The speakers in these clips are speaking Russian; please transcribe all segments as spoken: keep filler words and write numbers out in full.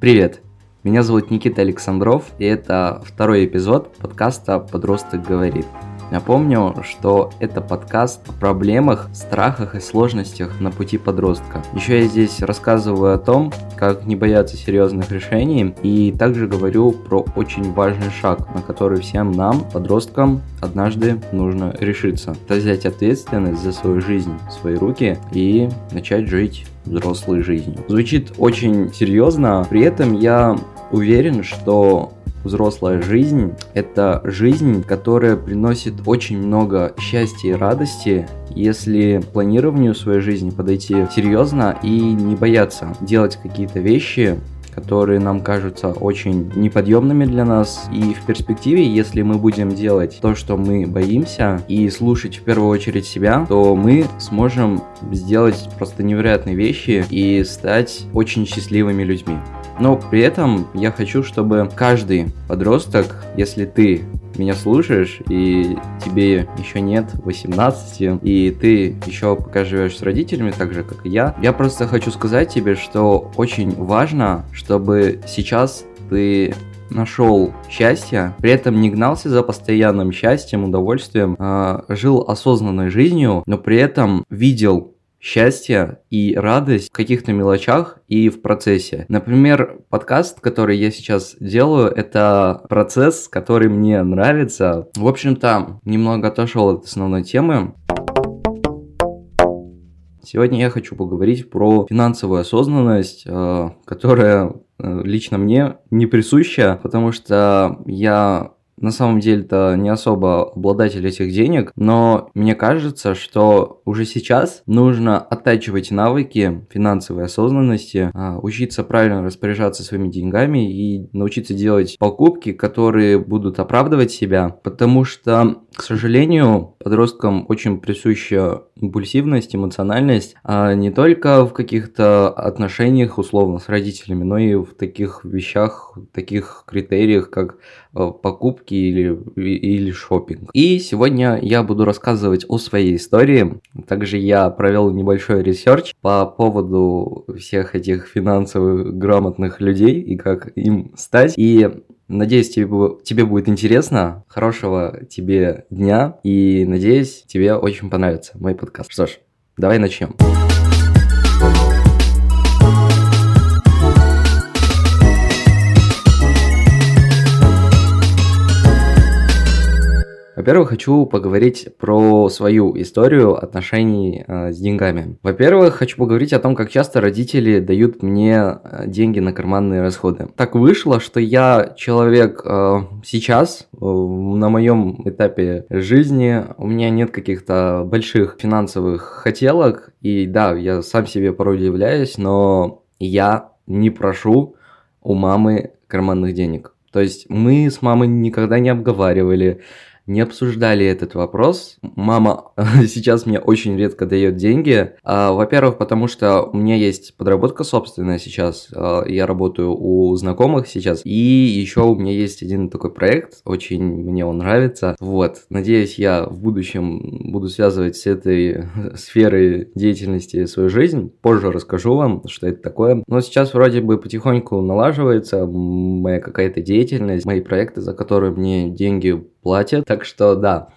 Привет, меня зовут Никита Александров, и это второй эпизод подкаста «Подросток говорит». Напомню, что это подкаст о проблемах, страхах и сложностях на пути подростка. Еще я здесь рассказываю о том, как не бояться серьезных решений, и также говорю про очень важный шаг, на который всем нам, подросткам, однажды нужно решиться. Это взять ответственность за свою жизнь в свои руки и начать жить взрослой жизнью. Звучит очень серьезно, при этом я уверен, что взрослая жизнь – это жизнь, которая приносит очень много счастья и радости, если к планированию своей жизни подойти серьезно и не бояться делать какие-то вещи, которые нам кажутся очень неподъемными для нас. И в перспективе, если мы будем делать то, что мы боимся, и слушать в первую очередь себя, то мы сможем сделать просто невероятные вещи и стать очень счастливыми людьми. Но при этом я хочу, чтобы каждый подросток, если ты меня слушаешь, и тебе еще нет восемнадцати, и ты еще пока живешь с родителями, так же, как и я, я просто хочу сказать тебе, что очень важно, чтобы сейчас ты нашел счастье, при этом не гнался за постоянным счастьем, удовольствием, а жил осознанной жизнью, но при этом видел счастье и радость в каких-то мелочах и в процессе. Например, подкаст, который я сейчас делаю, это процесс, который мне нравится. В общем-то, немного отошел от основной темы. Сегодня я хочу поговорить про финансовую осознанность, которая лично мне не присуща, потому что я на самом деле-то не особо обладатель этих денег, но мне кажется, что уже сейчас нужно оттачивать навыки финансовой осознанности, учиться правильно распоряжаться своими деньгами и научиться делать покупки, которые будут оправдывать себя, потому что, к сожалению, подросткам очень присуща импульсивность, эмоциональность, а не только в каких-то отношениях условно с родителями, но и в таких вещах, таких критериях, как покупки или, или шопинг. И сегодня я буду рассказывать о своей истории. Также я провел небольшой ресерч по поводу всех этих финансовых грамотных людей и как им стать. И надеюсь, тебе, тебе будет интересно. Хорошего тебе дня. И надеюсь, тебе очень понравится мой подкаст. Что ж, давай начнем. Во-первых, хочу поговорить про свою историю отношений э, с деньгами. Во-первых, хочу поговорить о том, как часто родители дают мне деньги на карманные расходы. Так вышло, что я человек э, сейчас, э, на моем этапе жизни, у меня нет каких-то больших финансовых хотелок, и да, я сам себе порой удивляюсь, но я не прошу у мамы карманных денег. То есть мы с мамой никогда не обговаривали, не обсуждали этот вопрос. Мама сейчас мне очень редко дает деньги. А, во-первых, потому что у меня есть подработка собственная сейчас. А, я работаю у знакомых сейчас. И еще у меня есть один такой проект. Очень мне он нравится. Вот. Надеюсь, я в будущем буду связывать с этой сферой деятельности свою жизнь. Позже расскажу вам, что это такое. Но сейчас вроде бы потихоньку налаживается моя какая-то деятельность, мои проекты, за которые мне деньги платят. Так что да,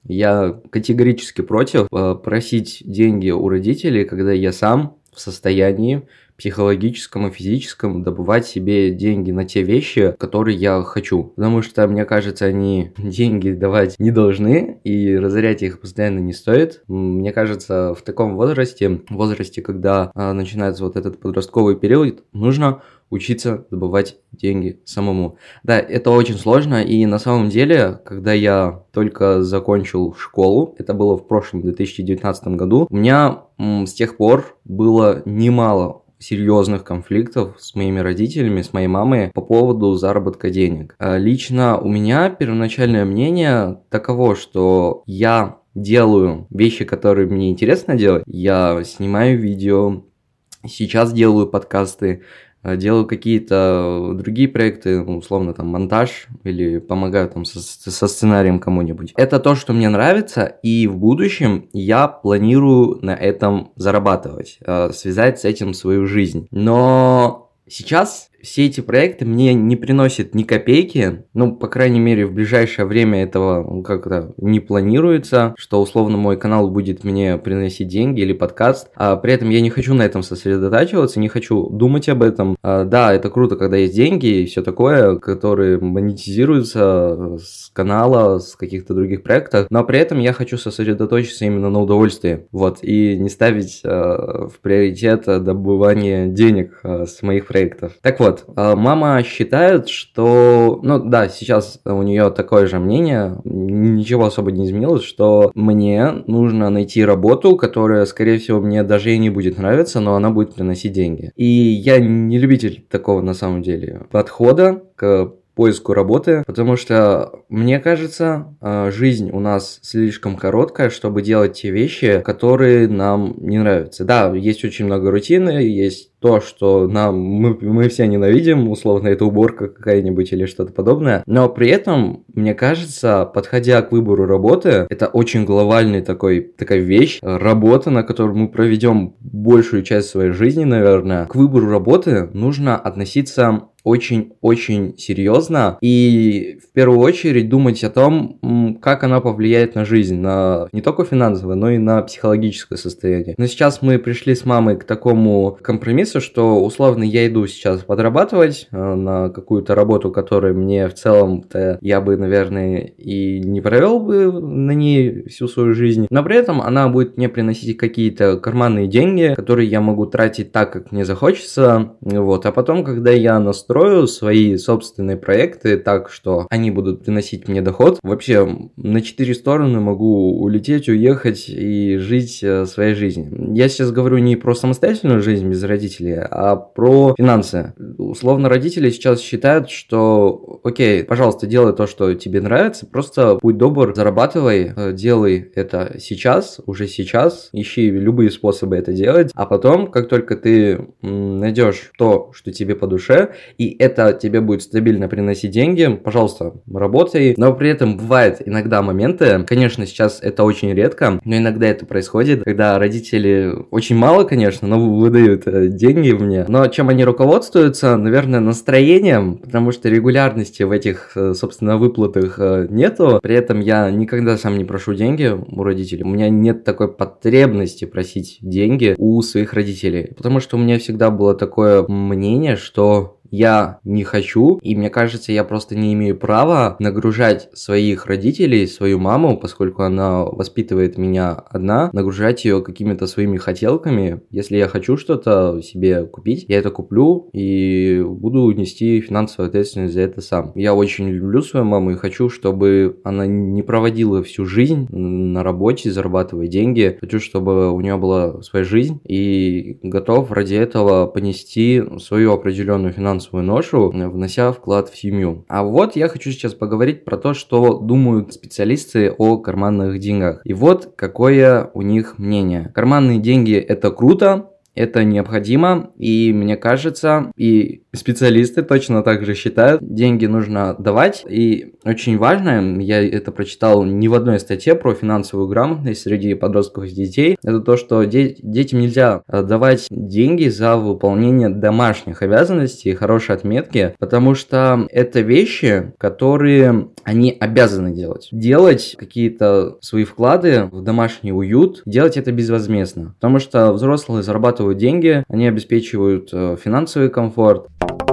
я категорически против э, просить деньги у родителей, когда я сам в состоянии психологическом и физическом добывать себе деньги на те вещи, которые я хочу. Потому что, мне кажется, они деньги давать не должны, и разорять их постоянно не стоит. Мне кажется, в таком возрасте, в возрасте, когда э, начинается вот этот подростковый период, нужно учиться добывать деньги самому. Да, это очень сложно, и на самом деле, когда я только закончил школу, это было в прошлом две тысячи девятнадцатом году, у меня м, с тех пор было немало серьезных конфликтов с моими родителями, с моей мамой по поводу заработка денег. Лично у меня первоначальное мнение таково, что я делаю вещи, которые мне интересно делать. Я снимаю видео, сейчас делаю подкасты, делаю какие-то другие проекты, условно там монтаж или помогаю там со, со сценарием кому-нибудь. Это то, что мне нравится, и в будущем я планирую на этом зарабатывать, связать с этим свою жизнь. Но сейчас все эти проекты мне не приносят ни копейки, ну, по крайней мере, в ближайшее время этого как-то не планируется, что условно мой канал будет мне приносить деньги или подкаст, а при этом я не хочу на этом сосредотачиваться, не хочу думать об этом. А, да, это круто, когда есть деньги и все такое, которые монетизируются с канала, с каких-то других проектов, но при этом я хочу сосредоточиться именно на удовольствии, вот, и не ставить э, в приоритет добывание денег э, с моих проектов. Так вот, э, мама считает, что, ну да, сейчас у нее такое же мнение, ничего особо не изменилось, что мне нужно найти работу, которая, скорее всего, мне даже и не будет нравиться, но она будет приносить деньги. И я не любитель такого, на самом деле, подхода к поиску работы, потому что, мне кажется, жизнь у нас слишком короткая, чтобы делать те вещи, которые нам не нравятся. Да, есть очень много рутины, есть то, что нам мы, мы все ненавидим, условно, это уборка какая-нибудь или что-то подобное, но при этом, мне кажется, подходя к выбору работы, это очень глобальный такой, такая вещь, работа, на которой мы проведем большую часть своей жизни, наверное. К выбору работы нужно относиться очень-очень серьезно и в первую очередь думать о том, как она повлияет на жизнь, на не только финансовое, но и на психологическое состояние. Но сейчас мы пришли с мамой к такому компромиссу, что условно я иду сейчас подрабатывать э, на какую-то работу, которую мне в целом-то я бы, наверное, и не провел бы на ней всю свою жизнь, но при этом она будет мне приносить какие-то карманные деньги, которые я могу тратить так, как мне захочется, вот, а потом, когда я настрою свои собственные проекты так, что они будут приносить мне доход, вообще на четыре стороны могу улететь, уехать и жить э, своей жизнью. Я сейчас говорю не про самостоятельную жизнь без родителей, а про финансы. Условно, родители сейчас считают, что окей, пожалуйста, делай то, что тебе нравится, просто будь добр, зарабатывай, делай это сейчас, уже сейчас, ищи любые способы это делать, а потом, как только ты найдешь то, что тебе по душе, и это тебе будет стабильно приносить деньги, пожалуйста, работай. Но при этом бывают иногда моменты, конечно, сейчас это очень редко, но иногда это происходит, когда родители очень мало, конечно, но выдают деньги в мне. Но чем они руководствуются? Наверное, настроением, потому что регулярности в этих, собственно, выплатах нету. При этом я никогда сам не прошу деньги у родителей. У меня нет такой потребности просить деньги у своих родителей. Потому что у меня всегда было такое мнение, что я не хочу, и мне кажется, я просто не имею права нагружать своих родителей, свою маму, поскольку она воспитывает меня одна, нагружать ее какими-то своими хотелками. Если я хочу что-то себе купить, я это куплю и буду нести финансовую ответственность за это сам. Я очень люблю свою маму и хочу, чтобы она не проводила всю жизнь на работе, зарабатывая деньги. Хочу, чтобы у нее была своя жизнь, и готов ради этого понести свою определенную финансовую свою ношу, внося вклад в семью. А вот я хочу сейчас поговорить про то, что думают специалисты о карманных деньгах. И вот какое у них мнение. Карманные деньги — это круто, это необходимо, и мне кажется, и специалисты точно так же считают, деньги нужно давать, и очень важно, я это прочитал не в одной статье про финансовую грамотность среди подростков и детей, это то, что де- детям нельзя давать деньги за выполнение домашних обязанностей и хорошие отметки, потому что это вещи, которые они обязаны делать. Делать какие-то свои вклады в домашний уют, делать это безвозмездно, потому что взрослые зарабатывают деньги, они обеспечивают э, финансовый комфорт.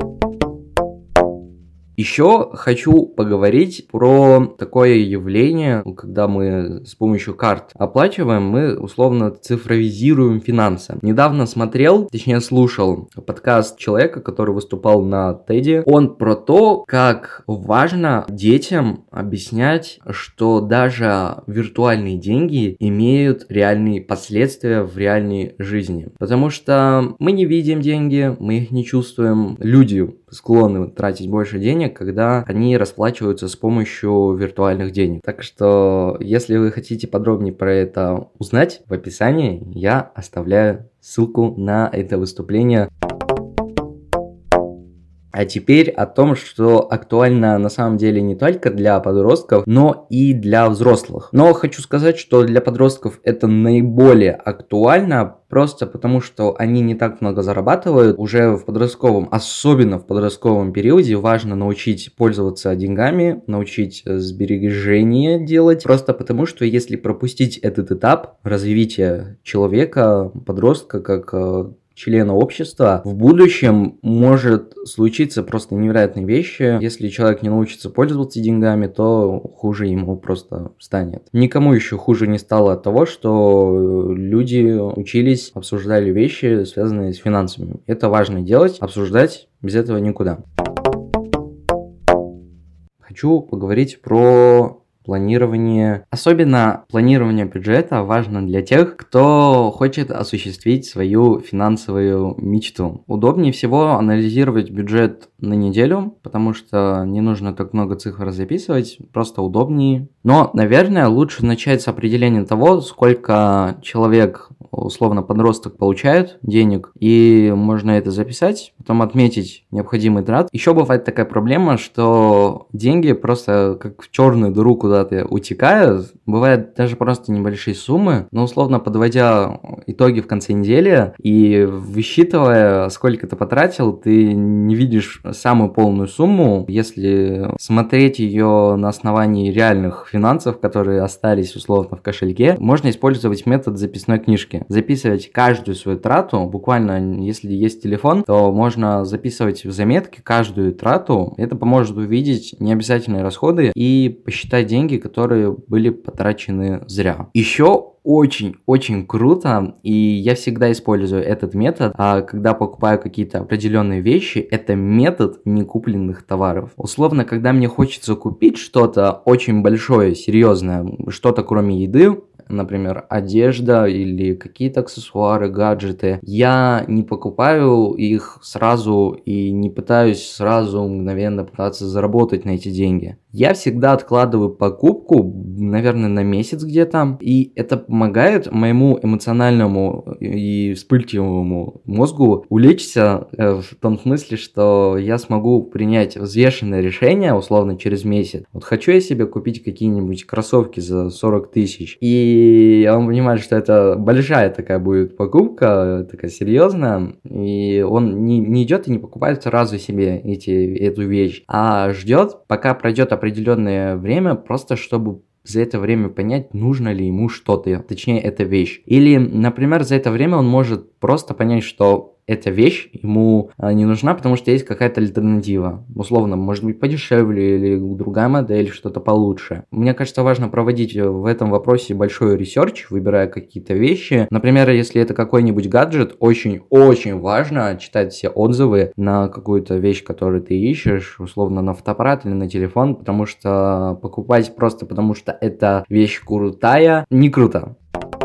Еще хочу поговорить про такое явление, когда мы с помощью карт оплачиваем, мы условно цифровизируем финансы. Недавно смотрел, точнее слушал подкаст человека, который выступал на TED. Он про то, как важно детям объяснять, что даже виртуальные деньги имеют реальные последствия в реальной жизни. Потому что мы не видим деньги, мы их не чувствуем. Люди склонны тратить больше денег, когда они расплачиваются с помощью виртуальных денег. Так что, если вы хотите подробнее про это узнать, в описании я оставляю ссылку на это выступление. А теперь о том, что актуально на самом деле не только для подростков, но и для взрослых. Но хочу сказать, что для подростков это наиболее актуально, просто потому что они не так много зарабатывают. Уже в подростковом, особенно в подростковом периоде, важно научить пользоваться деньгами, научить сбережения делать. Просто потому, что если пропустить этот этап развития человека, подростка, как члена общества, в будущем может случиться просто невероятные вещи. Если человек не научится пользоваться деньгами, то хуже ему просто станет. Никому еще хуже не стало от того, что люди учились, обсуждали вещи, связанные с финансами. Это важно делать, обсуждать, без этого никуда. Хочу поговорить про планирование. Особенно планирование бюджета важно для тех, кто хочет осуществить свою финансовую мечту. Удобнее всего анализировать бюджет на неделю, потому что не нужно так много цифр записывать, просто удобнее. Но, наверное, лучше начать с определения того, сколько человек, условно подросток, получает денег, и можно это записать, потом отметить необходимый трат. Еще бывает такая проблема, что деньги просто как в черную дыру куда-то утекают. Бывают даже просто небольшие суммы, но условно подводя итоги в конце недели и высчитывая, сколько ты потратил, ты не видишь самую полную сумму. Если смотреть ее на основании реальных финансов, которые остались условно в кошельке, можно использовать метод записной книжки. Записывать каждую свою трату, буквально, если есть телефон, то можно записывать в заметки каждую трату. Это поможет увидеть необязательные расходы и посчитать деньги, которые были потрачены зря. Еще очень-очень круто, и я всегда использую этот метод, а когда покупаю какие-то определенные вещи, это метод некупленных товаров. Условно, когда мне хочется купить что-то очень большое, серьезное, что-то кроме еды, например, одежда или какие-то аксессуары, гаджеты, я не покупаю их сразу и не пытаюсь сразу мгновенно пытаться заработать на эти деньги. Я всегда откладываю покупку, наверное, на месяц где-то, и это помогает моему эмоциональному и вспыльчивому мозгу улечься в том смысле, что я смогу принять взвешенное решение, условно, через месяц. Вот хочу я себе купить какие-нибудь кроссовки за сорок тысяч, и я понимаю, что это большая такая будет покупка, такая серьезная, и он не, не идет и не покупает сразу себе эти, эту вещь, а ждет, пока пройдет определенное время, просто чтобы за это время понять, нужно ли ему что-то, точнее, эта вещь. Или, например, за это время он может просто понять, что эта вещь ему не нужна, потому что есть какая-то альтернатива. Условно, может быть, подешевле или другая модель, что-то получше. Мне кажется, важно проводить в этом вопросе большой ресерч, выбирая какие-то вещи. Например, если это какой-нибудь гаджет, очень-очень важно читать все отзывы на какую-то вещь, которую ты ищешь, условно, на фотоаппарат или на телефон, потому что покупать просто потому, что эта вещь крутая, не круто.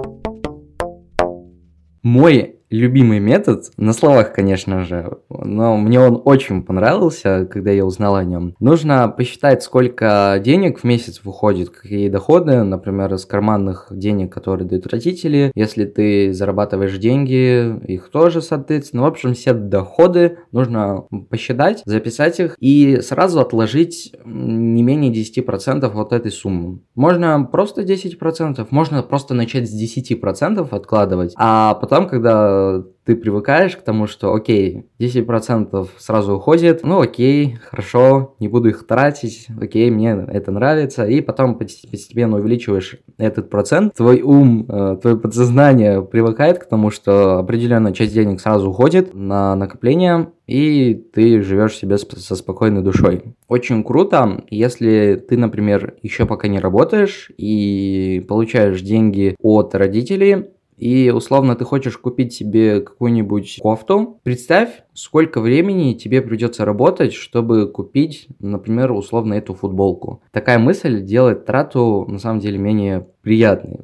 Мой любимый метод, на словах, конечно же, но мне он очень понравился, когда я узнал о нем. Нужно посчитать, сколько денег в месяц выходит, какие доходы, например, из карманных денег, которые дают родители. Если ты зарабатываешь деньги, их тоже, соответственно. В общем, все доходы нужно посчитать, записать их и сразу отложить не менее десять процентов от этой суммы. Можно просто десять процентов, можно просто начать с десять процентов откладывать, а потом, когда ты привыкаешь к тому, что окей, десять процентов сразу уходит, ну окей, хорошо, не буду их тратить, окей, мне это нравится, и потом постепенно увеличиваешь этот процент, твой ум, твое подсознание привыкает к тому, что определенная часть денег сразу уходит на накопление, и ты живешь себе со спокойной душой. Очень круто, если ты, например, еще пока не работаешь и получаешь деньги от родителей, и условно ты хочешь купить себе какую-нибудь кофту, представь, сколько времени тебе придется работать, чтобы купить, например, условно эту футболку. Такая мысль делает трату на самом деле менее приятной.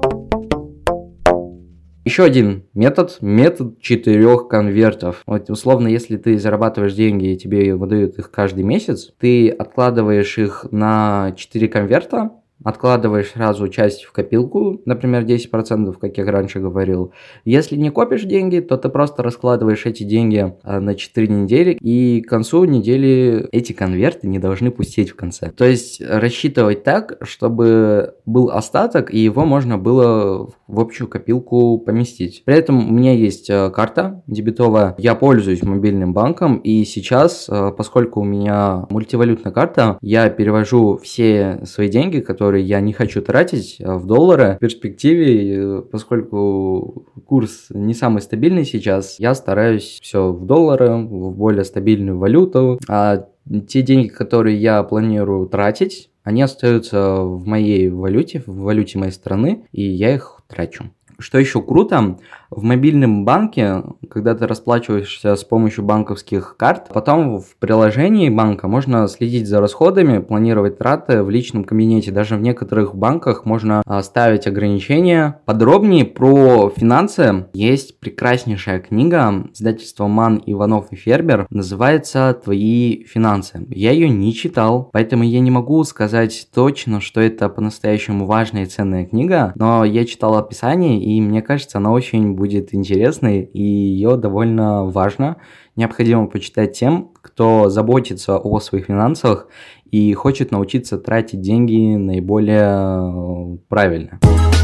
Еще один метод, метод четырех конвертов. Вот условно, если ты зарабатываешь деньги и тебе выдают их каждый месяц, ты откладываешь их на четыре конверта. откладываешь сразу часть в копилку, например, десять процентов, как я раньше говорил. Если не копишь деньги, то ты просто раскладываешь эти деньги на четыре недели, и к концу недели эти конверты не должны пустить в конце. То есть рассчитывать так, чтобы был остаток, и его можно было в общую копилку поместить. При этом у меня есть карта дебетовая, я пользуюсь мобильным банком, и сейчас, поскольку у меня мультивалютная карта, я перевожу все свои деньги, которые я не хочу тратить, в доллары. В перспективе, поскольку курс не самый стабильный сейчас, я стараюсь все в доллары, в более стабильную валюту, а те деньги, которые я планирую тратить, они остаются в моей валюте, в валюте моей страны, и я их трачу. Что еще круто, в мобильном банке, когда ты расплачиваешься с помощью банковских карт, потом в приложении банка можно следить за расходами, планировать траты в личном кабинете. Даже в некоторых банках можно ставить ограничения. Подробнее про финансы есть прекраснейшая книга издательства Ман, Иванов и Фербер, называется «Твои финансы». Я ее не читал, поэтому я не могу сказать точно, что это по-настоящему важная и ценная книга, но я читал описание, и мне кажется, она очень будет интересной, и ее довольно важно, необходимо почитать тем, кто заботится о своих финансах и хочет научиться тратить деньги наиболее правильно.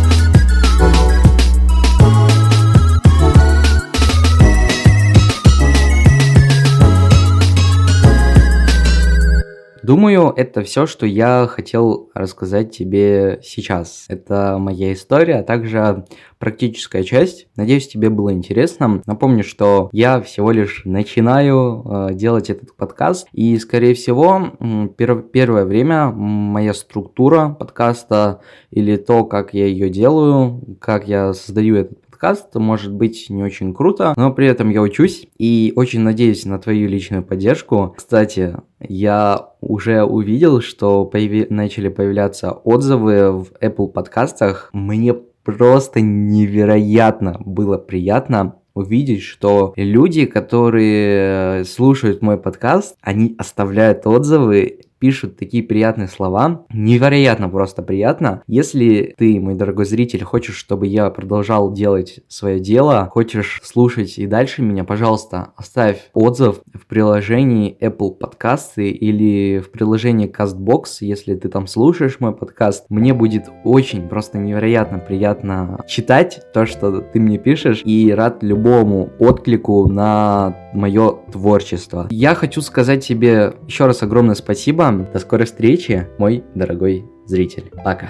Думаю, это все, что я хотел рассказать тебе сейчас. Это моя история, а также практическая часть. Надеюсь, тебе было интересно. Напомню, что я всего лишь начинаю э, делать этот подкаст, и, скорее всего, пер- первое время моя структура подкаста или то, как я ее делаю, как я создаю этот подкаст, может быть не очень круто, но при этом я учусь и очень надеюсь на твою личную поддержку. Кстати, я уже увидел, что появи... начали появляться отзывы в Apple подкастах. Мне просто невероятно было приятно увидеть, что люди, которые слушают мой подкаст, они оставляют отзывы, пишут такие приятные слова. Невероятно просто приятно. Если ты, мой дорогой зритель, хочешь, чтобы я продолжал делать свое дело, хочешь слушать и дальше меня, пожалуйста, оставь отзыв в приложении Apple Podcasts или в приложении CastBox, если ты там слушаешь мой подкаст. Мне будет очень просто невероятно приятно читать то, что ты мне пишешь, и рад любому отклику на мое творчество. Я хочу сказать тебе еще раз огромное спасибо. До скорой встречи, мой дорогой зритель. Пока.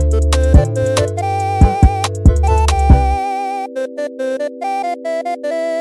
Thank you.